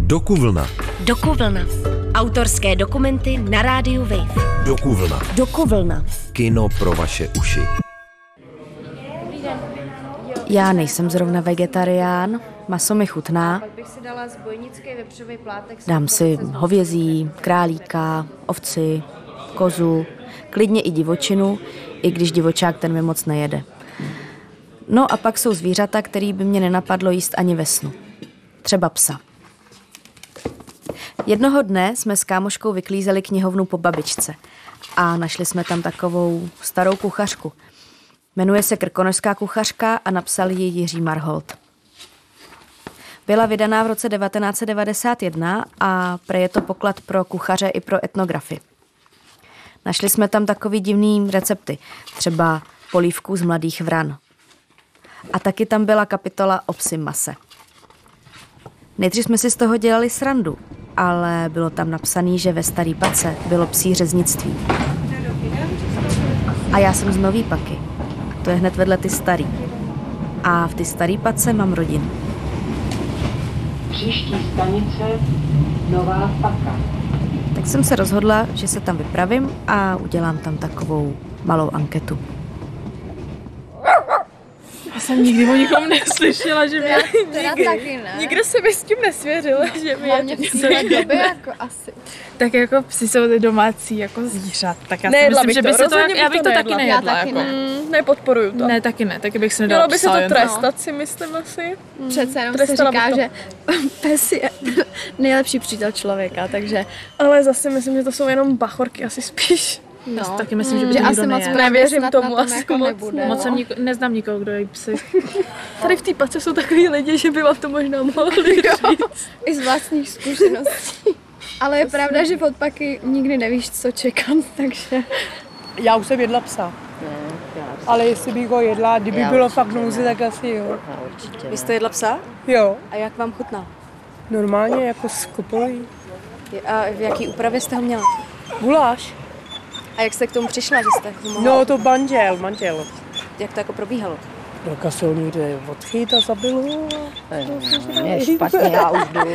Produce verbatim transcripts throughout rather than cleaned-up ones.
Dokuvlna. Dokuvlna. Autorské dokumenty na rádiu Wave. Dokuvlna. Dokuvlna. Kino pro vaše uši. Já nejsem zrovna vegetarián, maso mi chutná. Dám si hovězí, králíka, ovci, kozu, klidně i divočinu, i když divočák ten mi moc nejede. No a pak jsou zvířata, který by mě nenapadlo jíst ani ve snu. Třeba psa. Jednoho dne jsme s kámoškou vyklízeli knihovnu po babičce a našli jsme tam takovou starou kuchařku. Jmenuje se Krkonošská kuchařka a napsal ji Jiří Marholt. Byla vydaná v roce devatenáct set devadesát jedna a prej je to poklad pro kuchaře i pro etnografy. Našli jsme tam takový divný recepty, třeba polívku z mladých vran. A taky tam byla kapitola o psím mase. Nejdřív jsme si z toho dělali srandu, ale bylo tam napsané, že ve Starý Pace bylo psí řeznictví. A já jsem z Nový Paky. To je hned vedle ty starý. A v ty Starý Pace mám rodinu. Příští stanice Nová Paka. Tak jsem se rozhodla, že se tam vypravím a udělám tam takovou malou anketu. Já jsem nikdy o nikom neslyšela, že mě nikdy, taky ne. nikdo se mi s tím nesvěřil, že mi Hlavně v té době jako asi. Tak jako psi jsou ty domácí jako zvířat, tak já si Nejedla myslím, bych že by to, se to, rozhodně já bych bych to to taky nejedla. nejedla. Já taky jako. ne. Mm, nepodporuju to. Ne, taky ne, taky bych si nedala Mělo by se psa to jen. trestat, si myslím asi. Přece jenom se Trestala říká, bych to. že pes je nejlepší přítel člověka, takže Ale zase myslím, že to jsou jenom bachorky asi spíš. no, Taky myslím, že by že to asi nikdo moc nejedl. Nevěřím snad tomu na tom asi jako moc, nebude. no. Moc jsem niko, neznám nikoho, kdo jí psy. Tady v té pace jsou takový lidi, že by vám to možná mohli říct. i z vlastních zkušeností. Ale je pravda, že od Paky nikdy nevíš, co čekat, takže... Já už jsem jedla psa. Ale jestli bych ho jedla, kdyby Já bylo určitě fakt nouzi, ne. tak asi jo. No, určitě. Vy jste jedla psa? Jo, A jak vám chutnal? normálně jako skopový. A v jaký úpravě jste ho měla? Guláš. A jak jste k tomu přišla, že jste ho mohla? No to manžel, manžel. Jak to jako probíhalo? Do kaselníře odchyt a zabil ho. Mě je špatně, já už jdu.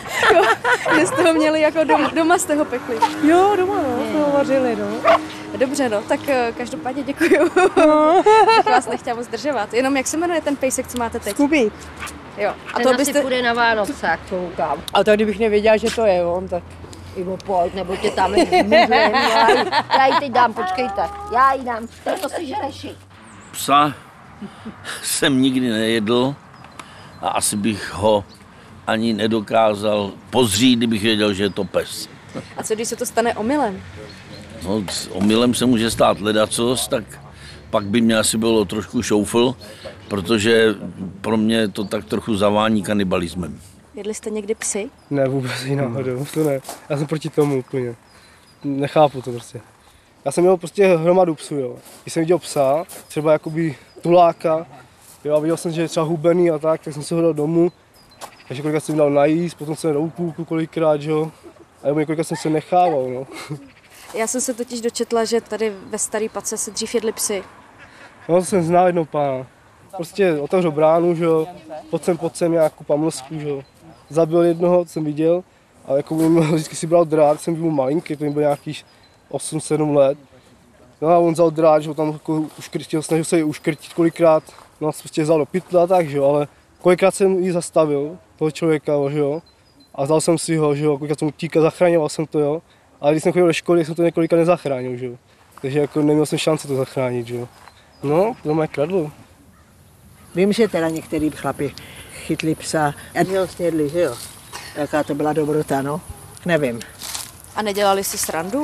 Že jste ho měli jako doma, doma jste ho pekli. Jo, doma, no, jsme ho vařili, no. Dobře, no, tak eh, každopádně děkuju. no. Bych vás nechtěla moc zdržovat. Jenom jak se jmenuje ten pejsek, co máte teď? Scooby. Jo. A Ten to asi byste... půjde na Vánoce, jak to koukám. A tak kdybych nevěděla, že to je on, tak... Ivo, pojď, nebo tě tam můžu, já, jí- já jí teď dám, počkejte. Já jí dám, to si žereši. Psa jsem nikdy nejedl a asi bych ho ani nedokázal pozřít, kdybych věděl, že je to pes. A co když se to stane omylem? No, s omylem se může stát ledacos, tak pak by mě asi bylo trošku šoufl, protože pro mě to tak trochu zavání kanibalismem. Jedli jste někdy psy? Ne, vůbec i náhodou, to ne. Já jsem proti tomu úplně. Nechápu to prostě. Já jsem měl prostě hromadu psů, jo. Když jsem viděl psa, třeba jakoby tuláka, jo, a viděl jsem, že je třeba hubený a tak, tak jsem se ho dal domů. Takže kolikrát jsem dal najíst, potom jsem dal půlku kolikrát, jo. A nebo několikrát jsem se nechával, no. Já jsem se totiž dočetla, že tady ve Starý Pace se dřív jedli psy. No, to jsem znal jednoho pána. Prostě otevřel bránu, že jo, pod sem, pod sem nějakou pamlsku, že jo. Zabil jednoho, co jsem viděl, a jako vždycky si bral drát, jsem byl malinký, to byl nějakých osm sedm let. No a on vzal drát, že ho tam jako uškrtil, snažil se ji uškrtit kolikrát, no prostě vzal do pytle a tak, že jo, ale kolikrát jsem ji zastavil, toho člověka, že jo, a vzal jsem si ho, že jo, kolikrát jsem utíkal, zachraňoval jsem to, jo, ale když jsem chodil do školy, jsem to několikrát nezachránil, že jo, takže jako neměl jsem šanci to zachránit, že jo. No, to mě kradlo. Vím, že teda některý chlapi chytli psa a ho snědli, že jo? Jaká to byla dobrota, no? Nevím. A nedělali si srandu?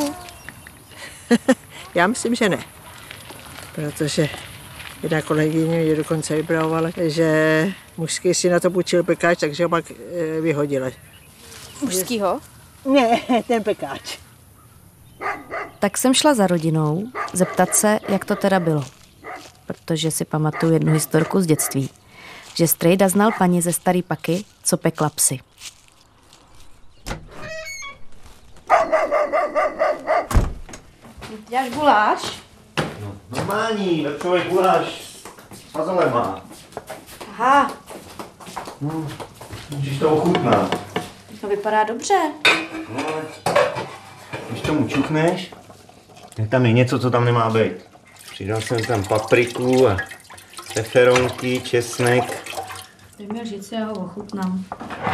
Já myslím, že ne. Protože jedna kolegyně mě dokonce vypravovala, že mužský si na to půjčil pekáč, takže ho pak e, vyhodila. Mužskýho? Ne, ten pekáč. Tak jsem šla za rodinou zeptat se, jak to teda bylo. Protože si pamatuju jednu historku z dětství, že strejda znal paní ze Starý Paky, co pekla psy. Děláš guláš? No, normální, vepřový guláš s fazolema. Aha. Hmm, můžeš to ochutnat. To vypadá vypadá dobře. No, ale když tomu čuchneš, tak tam je něco, co tam nemá být. Přidal jsem tam papriku a peperonky, česnek. Bych měl říct, já ho ochutnám.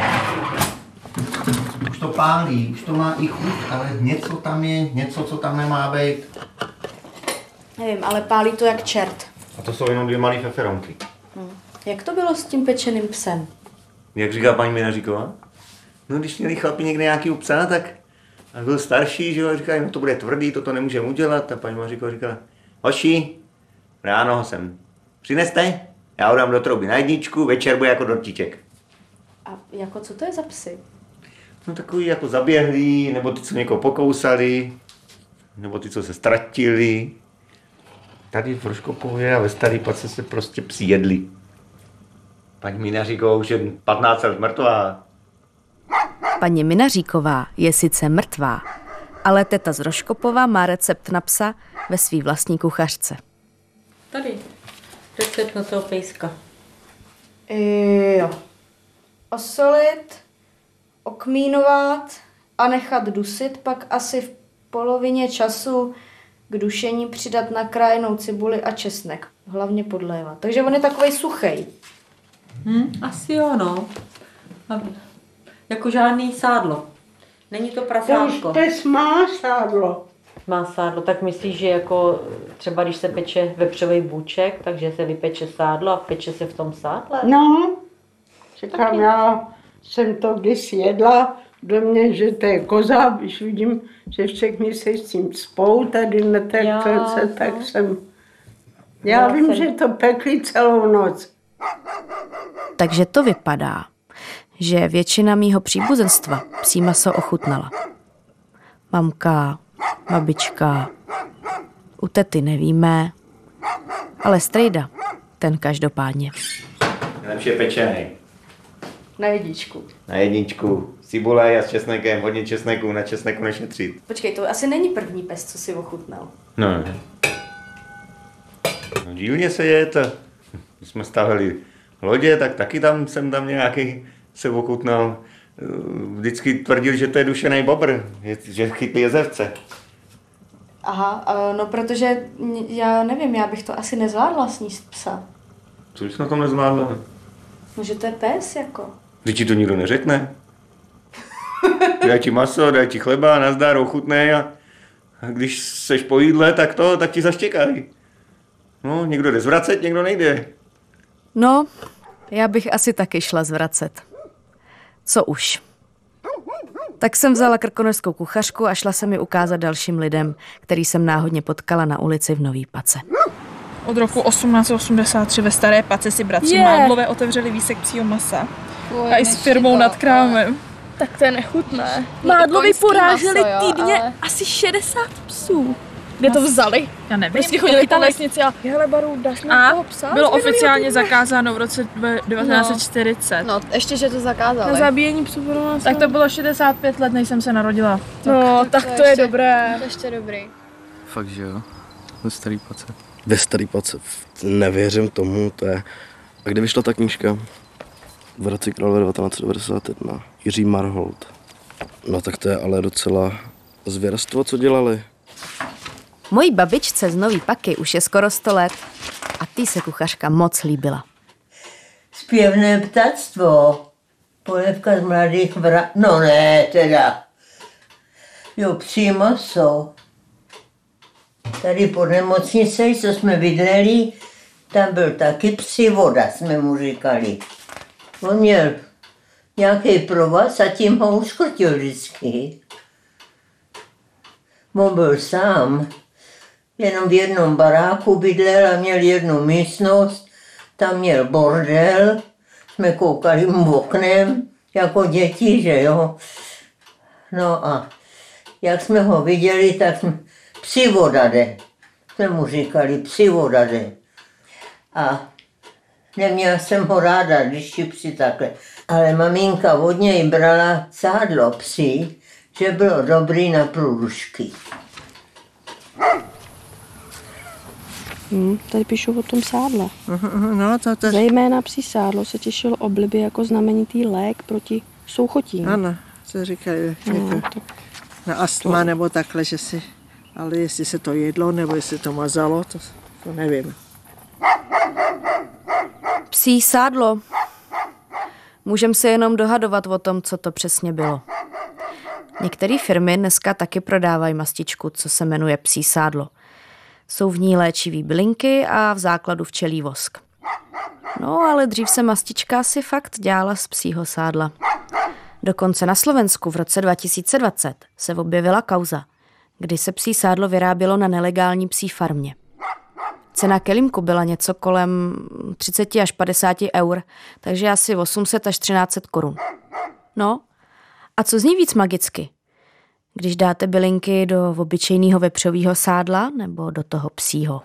Už to pálí, už to má i chuť, ale něco tam je, něco, co tam nemá být. Nevím, ale pálí to jak čert. A to jsou jenom dvě malé peperonky. Hm. Jak to bylo s tím pečeným psem? Jak říká paní Minaříková? No, když měli chlapi někde nějaký psa, tak a byl starší, že jo, říkají, no to bude tvrdý, toto nemůžeme udělat. A paní Minaříková říkala, hoši, ráno ho sem přineste, já ho dám do trouby na jedničku, večer bude jako dortíček. A jako co to je za psy? No takový jako zaběhlí, nebo ty, co někoho pokousali, nebo ty, co se ztratili. Tady v Rožkopově a ve Starý Pace se prostě psi jedli. Paní Minaříková už je patnáct let mrtvá. Paní Minaříková je sice mrtvá, ale teta z Rožkopova má recept na psa ve své vlastní kuchařce. Tady, recept na toho pejska. Jo. Osolit, okmínovat a nechat dusit, pak asi v polovině času k dušení přidat nakrájenou cibuli a česnek. Hlavně podlévat. Takže on je takovej suchej. Hm, asi jo, no. Jako žádný sádlo. Není to prasátko. Už má sádlo. Má sádlo, tak myslíš, že jako třeba když se peče vepřový bůček, takže se vypeče sádlo a peče se v tom sádle? No, říkám, já jsem to když jedla, do mě, že to je koza, když vidím, že všechny se s tím spou tady na té krce, tak no. jsem... Já, já vím, jsem... že to pekli celou noc. Takže to vypadá, že většina mýho příbuzenstva psí maso ochutnala. Mamka, babička, u tety nevíme, ale strejda, ten každopádně. Nejlepší je pečený. Na jedničku. Na jedničku. Cibule a s česnekem, hodně česneku, na česneku nešetřit. Počkej, to asi není první pes, co si ochutnal. No. No dílně se je to. Když jsme stavili lodě, tak taky tam jsem tam nějaký se ochutnal. Vždycky tvrdil, že to je dušený bobr, že chytli jezevce. Aha, no protože já nevím, já bych to asi nezvládla sníst psa. Co jsi na tom nezvládla? No, že to je pes, jako. Když ti to nikdo neřekne. Daj ti maso, daj ti chleba, nazdar, ochutnej a, a když seš po jídle, tak to, tak ti zaštěkají. No, někdo jde zvracet, někdo nejde. No, já bych asi taky šla zvracet. Co už. Tak jsem vzala krkonožskou kuchařku a šla jsem ji ukázat dalším lidem, který jsem náhodně potkala na ulici v Nový Pace. Od roku osmnáct osmdesát tři ve Staré Pace si bratři Je. Mádlové otevřeli výsek psího masa. Fuj, A i s firmou nad krámem. Tak to je nechutné. No, Mádlovi koňský poráželi maso, jo, týdně ale- asi šedesát psů. Kde to vzali? Já nevím. Prostě chodili po vesnici a hele Baru, dáš mi A toho psa? bylo z minulýho oficiálně týdne?" zakázáno v roce devatenáct set čtyřicet. No, ještě, že to Na zakázali. zabíjení psů pro nás. Tak to bylo šedesát pět let, než jsem se narodila. No, tak to je ještě- dobré. To je ještě dobrý. Fakt, že jo? Ve Starý Pace. Ve Starý Pace. Nevěřím tomu, to je... A kdy vyšla ta knížka? V Hradci Králové devatenáct set devadesát jedna. Jiří Marholt. No tak to je ale docela zvěrstvo, co dělali. Mojí babičce z Nový Paky už je skoro sto let a tý se kuchařka moc líbila. Zpěvné ptactvo. Polevka z mladých vra... No ne, teda. Jo, psí maso. Tady pod nemocnicí, co jsme bydleli, tam byl taky psí voda, jsme mu říkali. On měl nějaký provaz a tím ho uškrtil vždycky. On byl sám. Jenom v jednom baráku bydlel a měl jednu místnost. Tam měl bordel. Jsme koukali mu oknem, jako děti, že jo. No a jak jsme ho viděli, tak jsme... Psi voda jde. Jsme mu říkali, psi voda jde. A neměla jsem ho ráda, když ti psi takhle. Ale maminka od něj brala sádlo psi, že bylo dobrý na průdušky. Hmm, tady píšou o tom sádle. No, to, to... Zejména psí sádlo se těšilo oblibě jako znamenitý lék proti souchotím. Ano, co říkali, jako na astma nebo takhle, že si, ale jestli se to jedlo nebo jestli to mazalo, to, to nevím. Psí sádlo. Můžeme se jenom dohadovat o tom, co to přesně bylo. Některé firmy dneska taky prodávají mastičku, co se jmenuje psí sádlo. Jsou v ní léčivý bylinky a v základu včelí vosk. No, ale dřív se mastička asi fakt dělala z psího sádla. Dokonce na Slovensku v roce dva tisíce dvacet se objevila kauza, kdy se psí sádlo vyrábělo na nelegální psí farmě. Cena kelímku byla něco kolem třicet až padesát eur, takže asi osm set až třináct set korun. No, a co zní víc magicky? Když dáte bylinky do obyčejného vepřového sádla nebo do toho psího?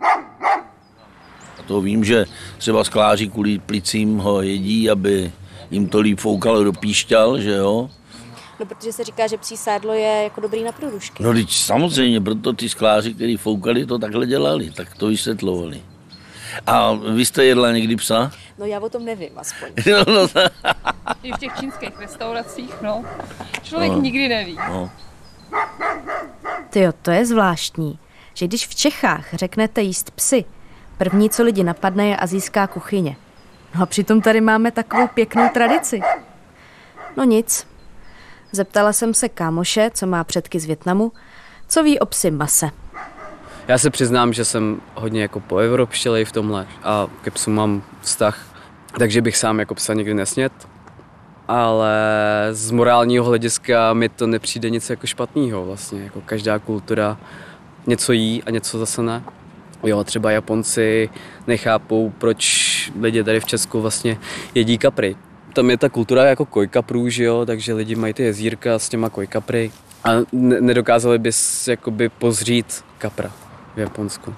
A to vím, že třeba skláři kvůli plicím ho jedí, aby jim to líp foukalo do píšťal, že jo? No, protože se říká, že psí sádlo je jako dobrý na průdušky. No teď samozřejmě, proto ty skláři, kteří foukali, to takhle dělali, tak to vysvětlovali. A vy jste jedla někdy psa? No já o tom nevím aspoň. No, no, I v těch čínských restauracích, no. Člověk no. nikdy neví. No. Tyjo, to je zvláštní, že když v Čechách řeknete jíst psy, první, co lidi napadne, je asijská kuchyně. No a přitom tady máme takovou pěknou tradici. No nic. Zeptala jsem se kámoše, co má předky z Vietnamu, co ví o psi mase. Já se přiznám, že jsem hodně jako poevropštělej v tomhle a ke psu mám vztah, takže bych sám jako psa nikdy nesnět. Ale z morálního hlediska mi to nepřijde nic jako špatného vlastně, jako každá kultura něco jí a něco zase ne. Jo, třeba Japonci nechápou, proč lidi tady v Česku vlastně jedí kapry. Tam je ta kultura jako kojkaprů, že jo, takže lidi mají ty jezírka s těma kojkapry a ne- nedokázali bys jakoby pozřít kapra v Japonsku.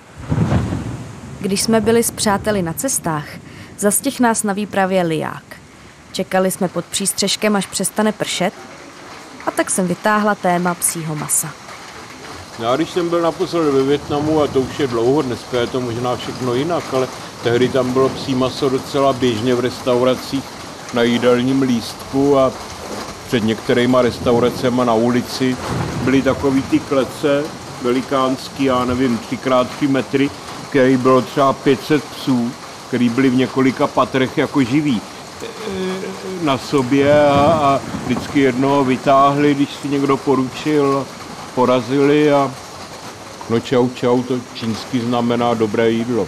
Když jsme byli s přáteli na cestách, zastih nás na výpravě liják. Čekali jsme pod přístřeškem, až přestane pršet, a tak jsem vytáhla téma psího masa. Já když jsem byl naposledy ve Vietnamu, a to už je dlouho, dneska je to možná všechno jinak, ale tehdy tam bylo psí maso docela běžně v restauracích na jídelním lístku a před některýma restauracemi na ulici byly takový ty klece velikánský, já nevím, tři krát tři metry, který bylo třeba pět set psů, který byli v několika patrech jako živí na sobě a, a vždycky jednoho vytáhli, když si někdo poručil, porazili a no čau čau, to čínsky znamená dobré jídlo.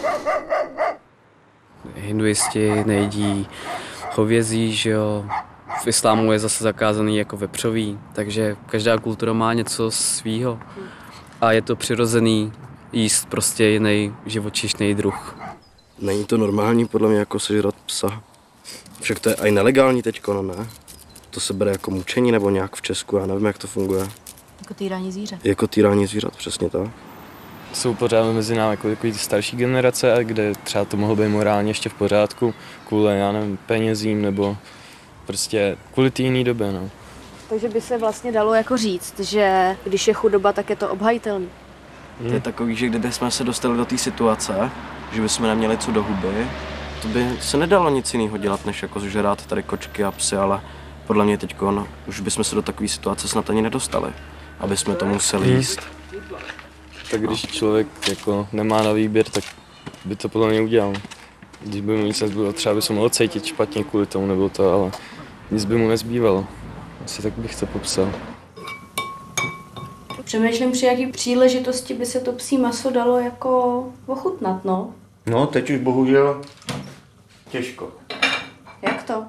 Hinduisti nejedí hovězí, že jo. V islámu je zase zakázaný jako vepřový, takže každá kultura má něco svýho a je to přirozený jíst prostě jiný živočišný druh. Není to normální podle mě jako sežrat psa. Však to je i nelegální teďko, no ne? To se bere jako mučení nebo nějak v Česku, já nevím, jak to funguje. Jako týrání zvířat. Jako týrání zvířat, přesně tak. Jsou pořád mezi námi jako takový starší generace, kde třeba to mohlo být morálně ještě v pořádku, kvůli, já nevím, penězím nebo prostě kvůli té jiné době, no. Takže by se vlastně dalo jako říct, že když je chudoba, tak je to obhajitelný. To je takový, že kdybychom se dostali do té situace, že bychom neměli co do huby, to by se nedalo nic jiného dělat, než jako žrát tady kočky a psy, ale podle mě teď no, už bychom se do takové situace snad ani nedostali, aby jsme to museli jíst. Tak když člověk jako nemá na výběr, tak by to podle mě udělal. Když by mu nic nezbývalo, třeba by se mohl cítit špatně kvůli tomu nebo to, ale nic by mu nezbývalo. Asi tak bych to popsal. Přemýšlím, při jaký příležitosti by se to psí maso dalo jako ochutnat, no. No, teď už bohužel těžko. Jak to?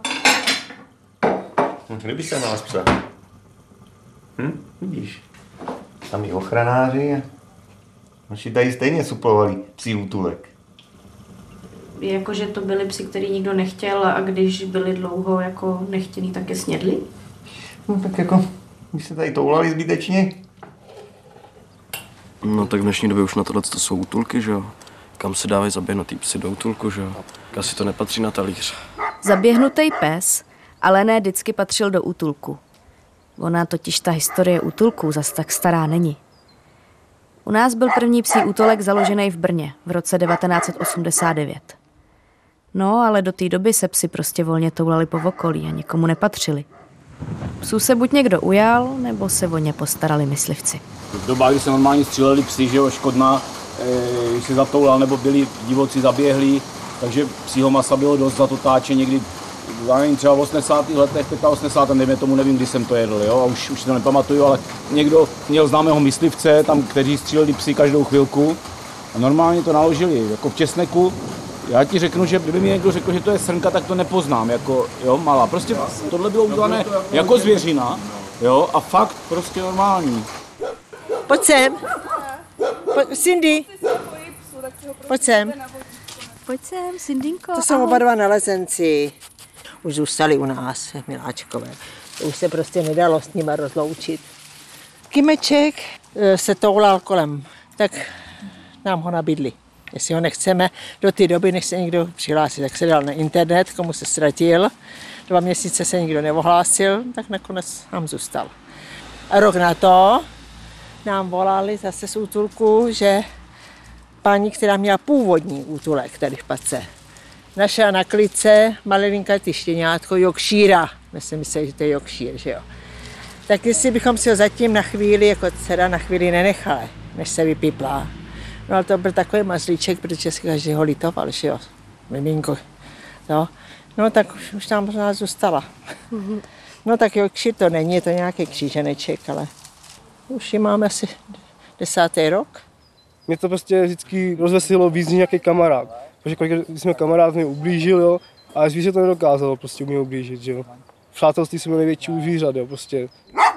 Kdyby se nás psa. Hm, vidíš. Sami ochranáři a naši tady stejně suplovali psí útulek. Jako, že to byly psi, který nikdo nechtěl a když byli dlouho jako nechtěný, tak je snědli? No tak jako, když se tady toulali zbytečně. No tak v dnešní době už na tohle to jsou útulky, že jo? Kam se dávají zaběhnutý psy do útulku, že jo? Asi to nepatří na talíř. Zaběhnutý pes, ale ne vždycky patřil do útulku. Ona totiž ta historie útulků zas tak stará není. U nás byl první psí útulek založený v Brně v roce devatenáct set osmdesát devět. No, ale do té doby se psi prostě volně toulali po okolí a nikomu nepatřili. Psů se buď někdo ujal, nebo se o ně postarali myslivci. V dobách, kdy se normálně stříleli psy, že jo, Škodna, když se zatoulal, nebo byli divoci zaběhlí, takže psího masa bylo dost za to táče někdy, já nevím, třeba v osmdesátých letech, osmdesátých, dejme tomu, nevím, kdy jsem to jedl, jo, a už, už to nepamatuju, ale někdo měl známého myslivce, tam, kteří stříleli psy každou chvilku a normálně to naložili, jako v česneku. Já ti řeknu, že kdyby mi někdo řekl, že to je srnka, tak to nepoznám, jako, jo, malá. Prostě tohle bylo udělané jako zvěřina, jo, a fakt prostě normální. Pojď sem. Pojď, Cindy. Pojď sem. Pojď sem, Cindinko. To jsou oba dva nalezenci. Už zůstali u nás, miláčkové. Už se prostě nedalo s nima rozloučit. Kimeček se toulal kolem, tak nám ho nabídli. Jestli ho nechceme do té doby, než se někdo přihlásí, tak se dal na internet, komu se ztratil. Dva měsíce se nikdo neohlásil, tak nakonec nám zůstal. A rok na to nám volali zase z útulku, že paní, která měla původní útulek tady v Pace, našla na klice malinkatý štěňátko Yorkshire. My si mysleli, že to je Yorkshire, že jo. Tak jestli bychom si ho zatím na chvíli, jako dcera, na chvíli nenechali, než se vypiplá. No ale to byl takový mazlíček, protože si každý ho litoval, že jo, miminko. No, no tak už, už tam možná zůstala. Mm-hmm. No tak Yorkshire to není, je to nějaký kříženeček, ale už ji máme asi desátý rok. Mě to prostě vždycky rozveselilo víc než nějaký kamarád. Protože když jsme kamarád mě ublížil, jo, ale zvíře to nedokázalo prostě mě ublížit, že jo. V přátelství jsme největší u zvířat, jo, prostě.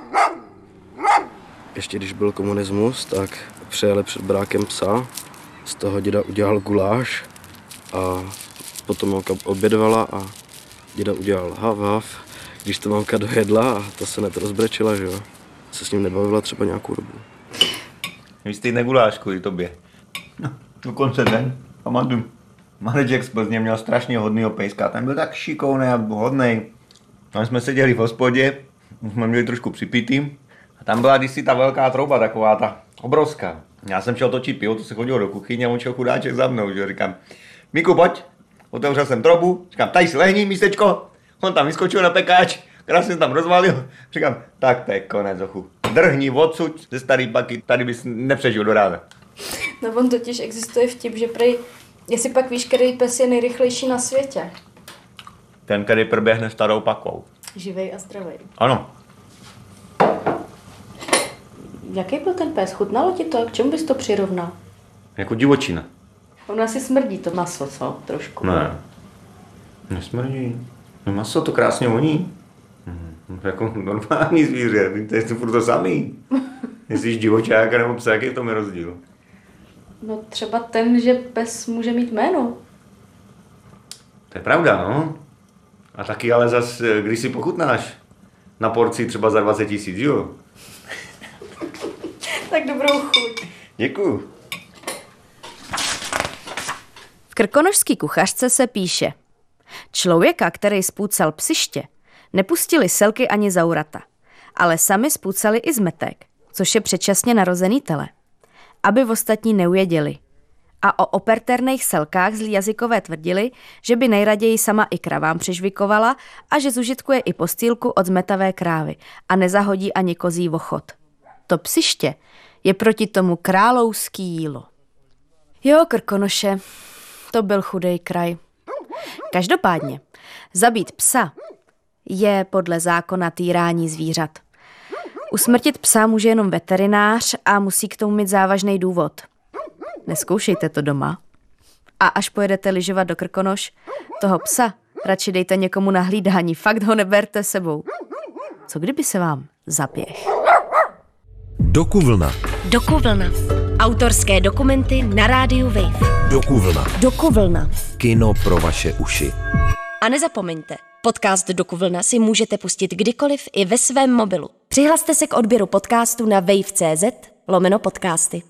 Ještě když byl komunismus, tak přijeli před brákem psa, z toho děda udělal guláš a potom mamka obědvala a děda udělal hav, hav. Když to mamka dojedla a to se netrozbrečila, že jo, se s ním nebavila třeba nějakou dobu. Vy jste jde guláš kvůli tobě. No, dokonce den, pamatuju. Mareček z Plzně měl strašně hodnýho pejska, ten byl tak šikovný a hodnej. Tam jsme seděli v hospodě, jsme měli trošku připitý. A tam byla kdysi ta velká trouba, taková ta obrovská. Já jsem šel točit pivo, to se chodilo do kuchyně a on šel chudáček za mnou, že říkám, Miku, pojď. Otevřel jsem troubu, říkám, tady si lehni, místečko. On tam vyskočil na pekáč, krásně tam rozvalil. Říkám, tak to je konec, ochu. Drhni odsud ze starý paky, tady bys nepřežil do rána. No on totiž existuje vtip, že prej, jestli pak víš, který pes je nejrychlejší na světě. Ten, který proběhne starou pakou. Živej a zdravej. Ano. Jaký byl ten pes? Chutnalo ti to? K čemu bys to přirovnal? Jako divočina. On asi smrdí to maso, co? Trošku. Ne. Nesmrdí. No maso to krásně voní. Hm, jako normální zvíře, to je to furt to samý. Jestli jsi divočák nebo psa, jaký je v tom rozdíl? No třeba ten, že pes může mít jméno. To je pravda, no. A taky ale zas, když si pochutnáš na porci třeba za dvacet tisíc, jo? Tak dobrou chuť. Děkuju. V krkonošský kuchařce se píše: člověka, který spůcal psiště, nepustili selky ani zaurata, ale sami spůcali i zmetek, což je předčasně narozený tele, aby ostatní neujeděli. A o operterných selkách zlí jazykové tvrdili, že by nejraději sama i kravám přižvikovala a že zužitkuje i postýlku od zmetavé krávy a nezahodí ani kozí vochod. To psiště je proti tomu královský jílo. Jo, Krkonoše, to byl chudej kraj. Každopádně, zabít psa je podle zákona týrání zvířat. Usmrtit psa může jenom veterinář a musí k tomu mít závažný důvod. Neskoušejte to doma. A až pojedete lyžovat do Krkonoš, toho psa radši dejte někomu na hlídání, fakt ho neberte sebou. Co kdyby se vám zaběh? Dokuvlna. Dokuvlna. Autorské dokumenty na rádiu Wave. Dokuvlna. Dokuvlna. Kino pro vaše uši. A nezapomeňte, podcast Dokuvlna si můžete pustit kdykoliv i ve svém mobilu. Přihlaste se k odběru podcastu na wave tečka cz lomeno podcasty.